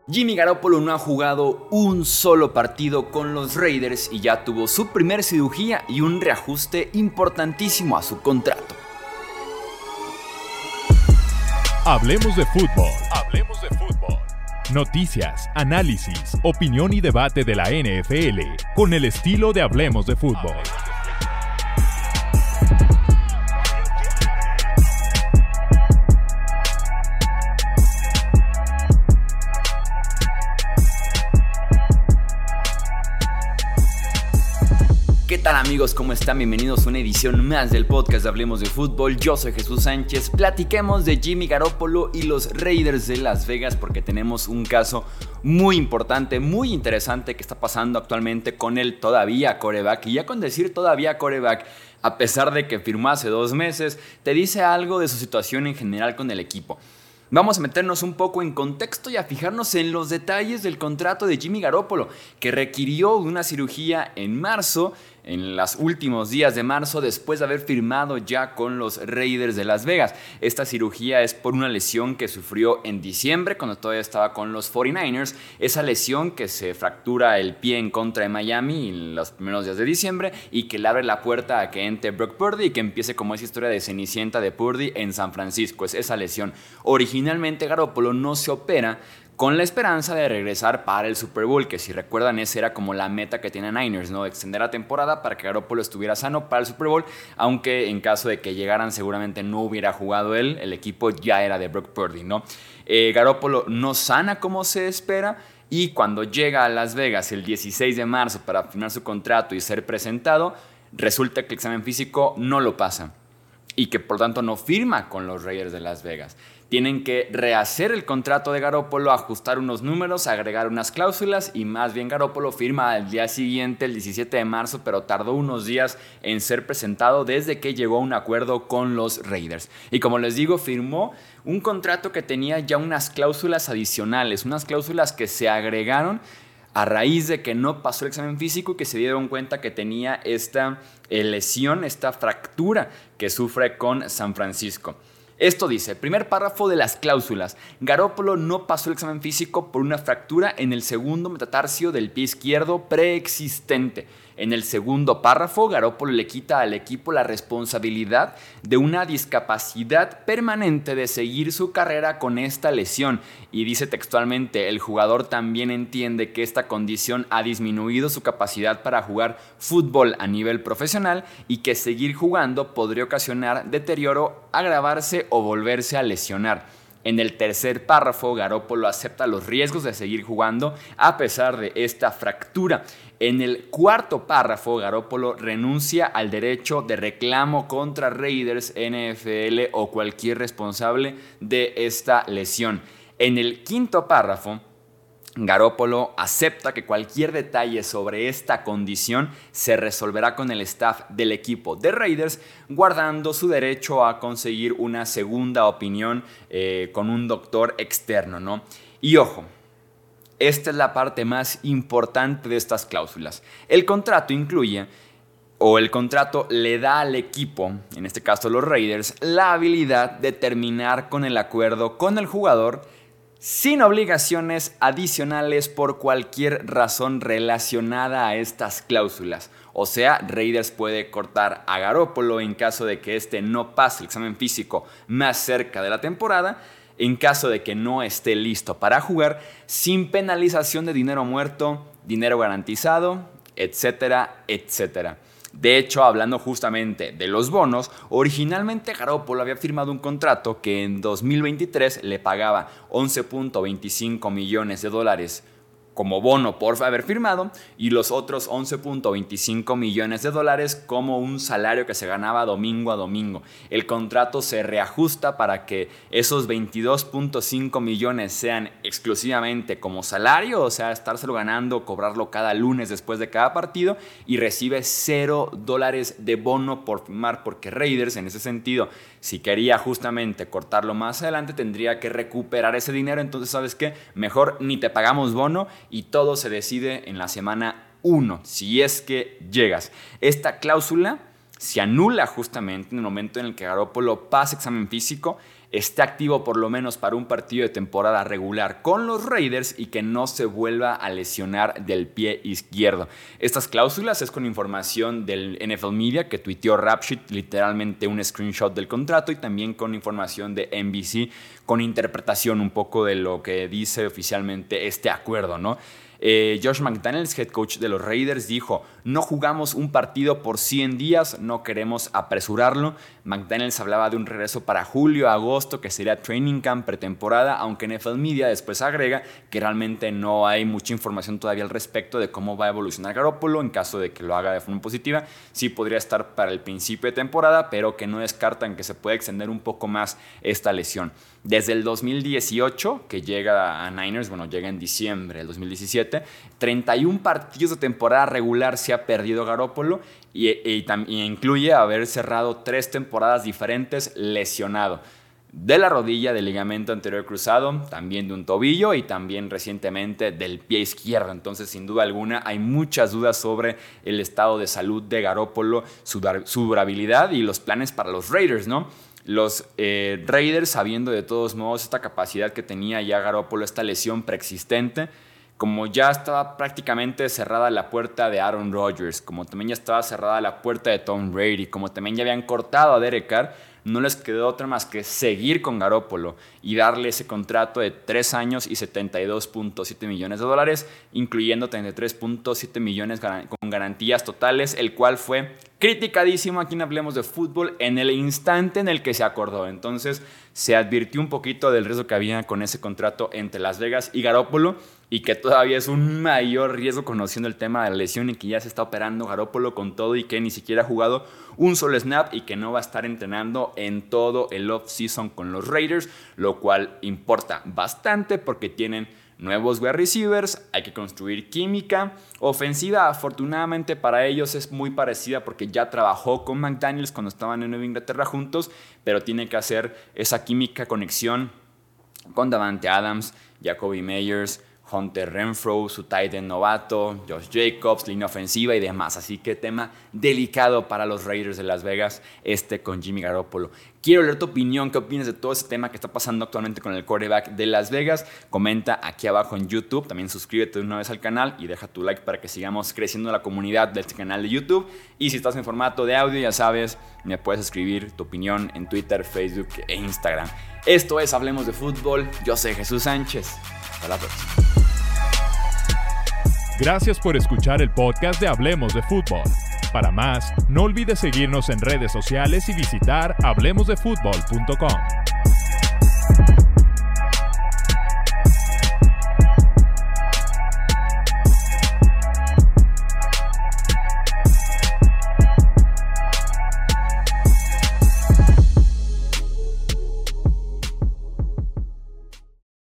Jimmy Garoppolo no ha jugado un solo partido con los Raiders y ya tuvo su primer cirugía y un reajuste importantísimo a su contrato. Hablemos de fútbol. Hablemos de fútbol. Noticias, análisis, opinión y debate de la NFL con el estilo de Hablemos de fútbol. ¿Qué tal amigos? ¿Cómo están? Bienvenidos a una edición más del podcast de Hablemos de Fútbol. Yo soy Jesús Sánchez. Platiquemos de Jimmy Garoppolo y los Raiders de Las Vegas porque tenemos un caso muy importante, muy interesante que está pasando actualmente con el todavía quarterback. Y ya con decir todavía quarterback, a pesar de que firmó hace 2 meses, te dice algo de su situación en general con el equipo. Vamos a meternos un poco en contexto y a fijarnos en los detalles del contrato de Jimmy Garoppolo, que requirió una cirugía en marzo, en los últimos días de marzo, después de haber firmado ya con los Raiders de Las Vegas. Esta cirugía es por una lesión que sufrió en diciembre, cuando todavía estaba con los 49ers. Esa lesión que se fractura el pie en contra de Miami en los primeros días de diciembre y que le abre la puerta a que entre Brock Purdy y que empiece como esa historia de Cenicienta de Purdy en San Francisco. Es esa lesión. Originalmente Garoppolo no se opera con la esperanza de regresar para el Super Bowl, que si recuerdan esa era como la meta que tiene Niners, ¿no? Extender la temporada para que Garoppolo estuviera sano para el Super Bowl, aunque en caso de que llegaran seguramente no hubiera jugado él, el equipo ya era de Brock Purdy, ¿no? Garoppolo no sana como se espera y cuando llega a Las Vegas el 16 de marzo para firmar su contrato y ser presentado, resulta que el examen físico no lo pasa y que por tanto no firma con los Raiders de Las Vegas. Tienen que rehacer el contrato de Garoppolo, ajustar unos números, agregar unas cláusulas y más bien Garoppolo firma al día siguiente, el 17 de marzo, pero tardó unos días en ser presentado desde que llegó a un acuerdo con los Raiders. Y como les digo, firmó un contrato que tenía ya unas cláusulas adicionales, unas cláusulas que se agregaron a raíz de que no pasó el examen físico y que se dieron cuenta que tenía esta lesión, esta fractura que sufre con San Francisco. Esto dice, primer párrafo de las cláusulas, Garoppolo no pasó el examen físico por una fractura en el segundo metatarso del pie izquierdo preexistente. En el segundo párrafo, Garoppolo le quita al equipo la responsabilidad de una discapacidad permanente de seguir su carrera con esta lesión. Y dice textualmente, el jugador también entiende que esta condición ha disminuido su capacidad para jugar fútbol a nivel profesional y que seguir jugando podría ocasionar deterioro, agravarse o volverse a lesionar. En el tercer párrafo, Garoppolo acepta los riesgos de seguir jugando a pesar de esta fractura. En el cuarto párrafo, Garoppolo renuncia al derecho de reclamo contra Raiders, NFL o cualquier responsable de esta lesión. En el quinto párrafo, Garoppolo acepta que cualquier detalle sobre esta condición se resolverá con el staff del equipo de Raiders, guardando su derecho a conseguir una segunda opinión con un doctor externo, ¿no? Y ojo, esta es la parte más importante de estas cláusulas. El contrato incluye, o el contrato le da al equipo, en este caso los Raiders, la habilidad de terminar con el acuerdo con el jugador sin obligaciones adicionales por cualquier razón relacionada a estas cláusulas. O sea, Raiders puede cortar a Garoppolo en caso de que este no pase el examen físico más cerca de la temporada, en caso de que no esté listo para jugar, sin penalización de dinero muerto, dinero garantizado, etcétera, etcétera. De hecho, hablando justamente de los bonos, originalmente Garoppolo había firmado un contrato que en 2023 le pagaba $11.25 millones como bono por haber firmado y los otros $11.25 millones como un salario que se ganaba domingo a domingo. El contrato se reajusta para que esos 22.5 millones sean exclusivamente como salario, o sea, estárselo ganando, cobrarlo cada lunes después de cada partido y recibe $0 de bono por firmar, porque Raiders en ese sentido, si quería justamente cortarlo más adelante, tendría que recuperar ese dinero. Entonces, ¿sabes qué? Mejor ni te pagamos bono y todo se decide en la semana 1, si es que llegas. Esta cláusula se anula justamente en el momento en el que Garoppolo pasa examen físico esté activo por lo menos para un partido de temporada regular con los Raiders y que no se vuelva a lesionar del pie izquierdo. Estas cláusulas es con información del NFL Media que tuiteó Rap Sheet, literalmente un screenshot del contrato, y también con información de NBC con interpretación un poco de lo que dice oficialmente este acuerdo, ¿no? Josh McDaniels, head coach de los Raiders, dijo: no jugamos un partido por 100 días, no queremos apresurarlo. McDaniels hablaba de un regreso para julio, agosto, que sería training camp, pretemporada, aunque NFL Media después agrega que realmente no hay mucha información todavía al respecto de cómo va a evolucionar Garoppolo. En caso de que lo haga de forma positiva, sí podría estar para el principio de temporada, pero que no descartan que se pueda extender un poco más esta lesión. Desde el 2018, que llega a Niners, llega en diciembre del 2017, 31 partidos de temporada regular se ha perdido Garoppolo y incluye haber cerrado 3 temporadas diferentes lesionado. De la rodilla, del ligamento anterior cruzado, también de un tobillo y también recientemente del pie izquierdo. Entonces, sin duda alguna, hay muchas dudas sobre el estado de salud de Garoppolo, su durabilidad y los planes para los Raiders, ¿no? Los Raiders, sabiendo de todos modos esta capacidad que tenía ya Garoppolo, esta lesión preexistente, como ya estaba prácticamente cerrada la puerta de Aaron Rodgers, como también ya estaba cerrada la puerta de Tom Brady, como también ya habían cortado a Derek Carr, no les quedó otra más que seguir con Garoppolo y darle ese contrato de 3 años y $72.7 millones, incluyendo 33.7 millones con garantías totales, el cual fue criticadísimo aquí en Hablemos de Fútbol en el instante en el que se acordó. Entonces se advirtió un poquito del riesgo que había con ese contrato entre Las Vegas y Garoppolo, y que todavía es un mayor riesgo conociendo el tema de la lesión y que ya se está operando Garoppolo con todo y que ni siquiera ha jugado un solo snap y que no va a estar entrenando en todo el off-season con los Raiders, lo cual importa bastante porque tienen nuevos wide receivers, hay que construir química ofensiva. Afortunadamente para ellos es muy parecida porque ya trabajó con McDaniels cuando estaban en Nueva Inglaterra juntos, pero tiene que hacer esa química, conexión con Davante Adams, Jacoby Meyers, Hunter Renfrow, su tight end novato, Josh Jacobs, línea ofensiva y demás. Así que tema delicado para los Raiders de Las Vegas, con Jimmy Garoppolo. Quiero leer tu opinión, qué opinas de todo ese tema que está pasando actualmente con el quarterback de Las Vegas. Comenta aquí abajo en YouTube, también suscríbete de una vez al canal y deja tu like para que sigamos creciendo la comunidad de este canal de YouTube. Y si estás en formato de audio, ya sabes, me puedes escribir tu opinión en Twitter, Facebook e Instagram. Esto es Hablemos de Fútbol, yo soy Jesús Sánchez. Hasta la próxima. Gracias por escuchar el podcast de Hablemos de Fútbol. Para más, no olvides seguirnos en redes sociales y visitar hablemosdefutbol.com.